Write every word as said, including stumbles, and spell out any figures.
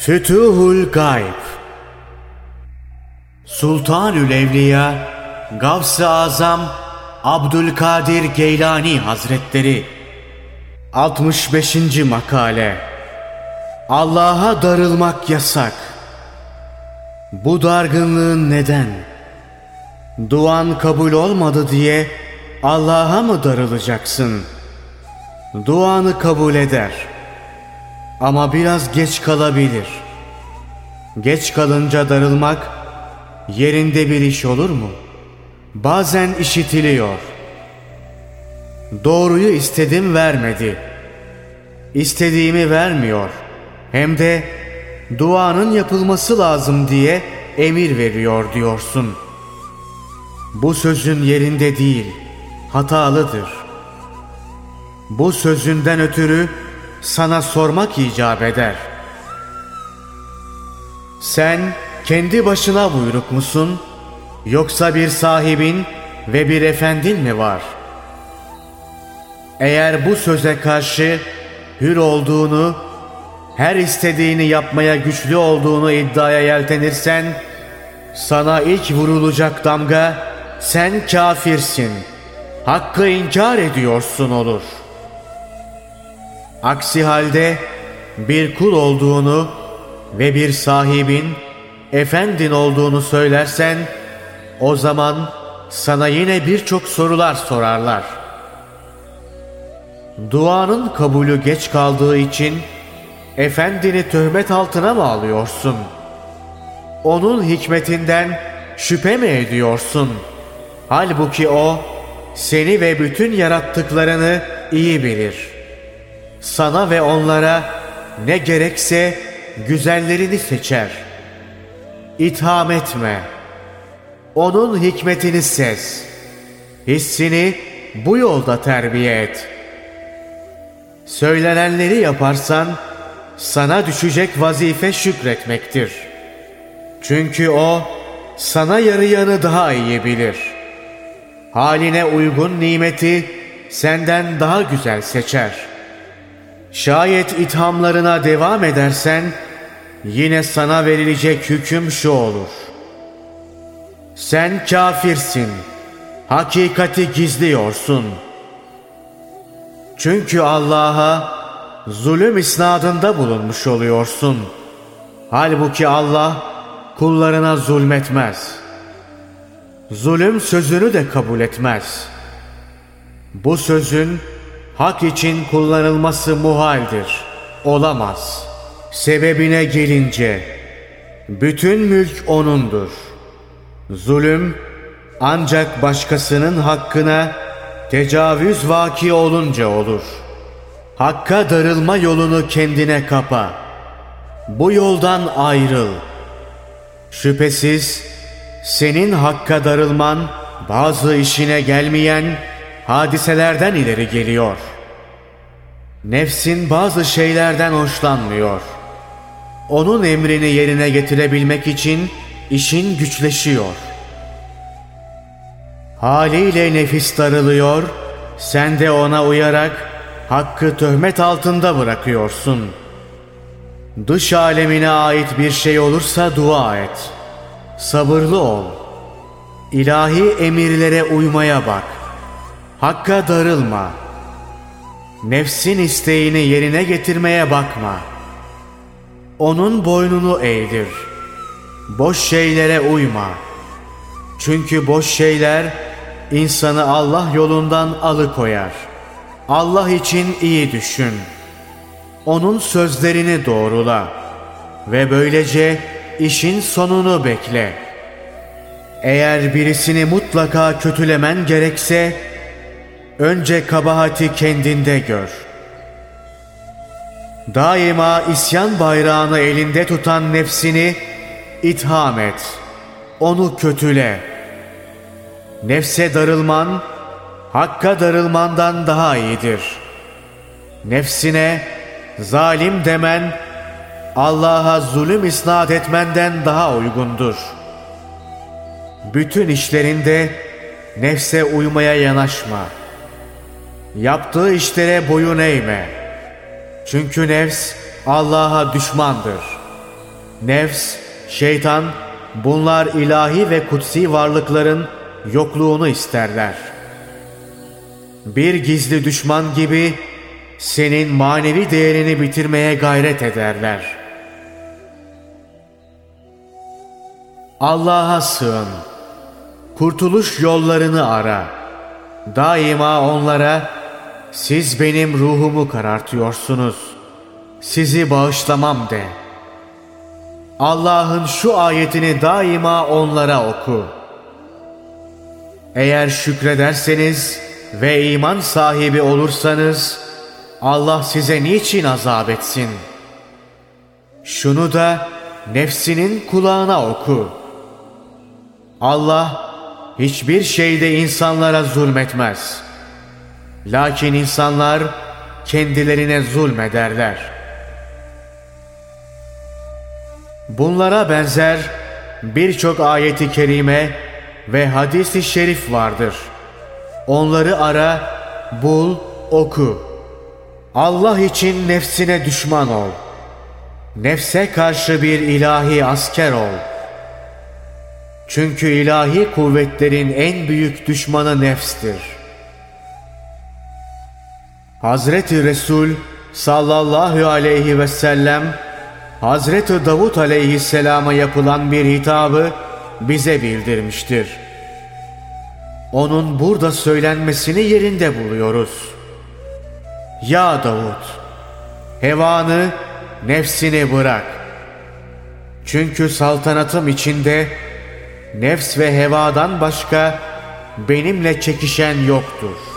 Fütuhul Gayb. Sultanül Evliya Gavs-ı Azam Abdülkadir Geylani Hazretleri. altmış beşinci makale. Allah'a darılmak yasak. Bu dargınlığın neden? Duan kabul olmadı diye Allah'a mı darılacaksın? Duanı kabul eder. Ama biraz geç kalabilir. Geç kalınca darılmak yerinde bir iş olur mu? Bazen işitiliyor. Doğruyu istedim, vermedi. İstediğimi vermiyor. Hem de duanın yapılması lazım diye emir veriyor diyorsun. Bu sözün yerinde değil, hatalıdır. Bu sözünden ötürü sana sormak icap eder. Sen kendi başına buyruk musun, yoksa bir sahibin ve bir efendin mi var? Eğer bu söze karşı hür olduğunu, her istediğini yapmaya güçlü olduğunu iddiaya yeltenirsen, sana ilk vurulacak damga sen kafirsin, hakkı inkar ediyorsun olur. Aksi halde bir kul olduğunu ve bir sahibin, efendin olduğunu söylersen, o zaman sana yine birçok sorular sorarlar. Duanın kabulü geç kaldığı için efendini töhmet altına mı alıyorsun? Onun hikmetinden şüphe mi ediyorsun? Halbuki o seni ve bütün yarattıklarını iyi bilir. Sana ve onlara ne gerekse güzellerini seçer. İtham etme. Onun hikmetini sez. Hissini bu yolda terbiye et. Söylenenleri yaparsan sana düşecek vazife şükretmektir. Çünkü o sana yarayanı daha iyi bilir. Haline uygun nimeti senden daha güzel seçer. Şayet ithamlarına devam edersen yine sana verilecek hüküm şu olur: sen kafirsin, hakikati gizliyorsun. Çünkü Allah'a zulüm isnadında bulunmuş oluyorsun. Halbuki Allah kullarına zulmetmez. Zulüm sözünü de kabul etmez. Bu sözün hak için kullanılması muhaldir, olamaz. Sebebine gelince, bütün mülk O'nundur. Zulüm ancak başkasının hakkına tecavüz vaki olunca olur. Hakka darılma yolunu kendine kapa. Bu yoldan ayrıl. Şüphesiz senin hakka darılman bazı işine gelmeyen hadiselerden ileri geliyor. Nefsin bazı şeylerden hoşlanmıyor. Onun emrini yerine getirebilmek için işin güçleşiyor. Haliyle nefis darılıyor, sen de ona uyarak hakkı töhmet altında bırakıyorsun. Dış alemine ait bir şey olursa dua et. Sabırlı ol. İlahi emirlere uymaya bak. Hakka darılma. Nefsin isteğini yerine getirmeye bakma. Onun boynunu eğdir. Boş şeylere uyma. Çünkü boş şeyler insanı Allah yolundan alıkoyar. Allah için iyi düşün. Onun sözlerini doğrula ve böylece işin sonunu bekle. Eğer birisini mutlaka kötülemen gerekse, önce kabahati kendinde gör. Daima isyan bayrağını elinde tutan nefsini itham et. Onu kötüle. Nefse darılman, hakka darılmandan daha iyidir. Nefsine zalim demen, Allah'a zulüm isnat etmenden daha uygundur. Bütün işlerinde nefse uymaya yanaşma. Yaptığı işlere boyun eğme. Çünkü nefs Allah'a düşmandır. Nefs, şeytan, bunlar ilahi ve kutsi varlıkların yokluğunu isterler. Bir gizli düşman gibi senin manevi değerini bitirmeye gayret ederler. Allah'a sığın. Kurtuluş yollarını ara. Daima onlara, siz benim ruhumu karartıyorsunuz, sizi bağışlamam de. Allah'ın şu ayetini daima onlara oku. Eğer şükrederseniz ve iman sahibi olursanız, Allah size niçin azap etsin? Şunu da nefsinin kulağına oku. Allah hiçbir şeyde insanlara zulmetmez. Lakin insanlar kendilerine zulmederler. Bunlara benzer birçok ayeti kerime ve hadis-i şerif vardır. Onları ara, bul, oku. Allah için nefsine düşman ol. Nefse karşı bir ilahi asker ol. Çünkü ilahi kuvvetlerin en büyük düşmanı nefstir. Hazreti Resul sallallahu aleyhi ve sellem Hazreti Davud aleyhisselama yapılan bir hitabı bize bildirmiştir. Onun burada söylenmesini yerinde buluyoruz. Ya Davud, hevanı, nefsini bırak. Çünkü saltanatım içinde nefs ve hevadan başka benimle çekişen yoktur.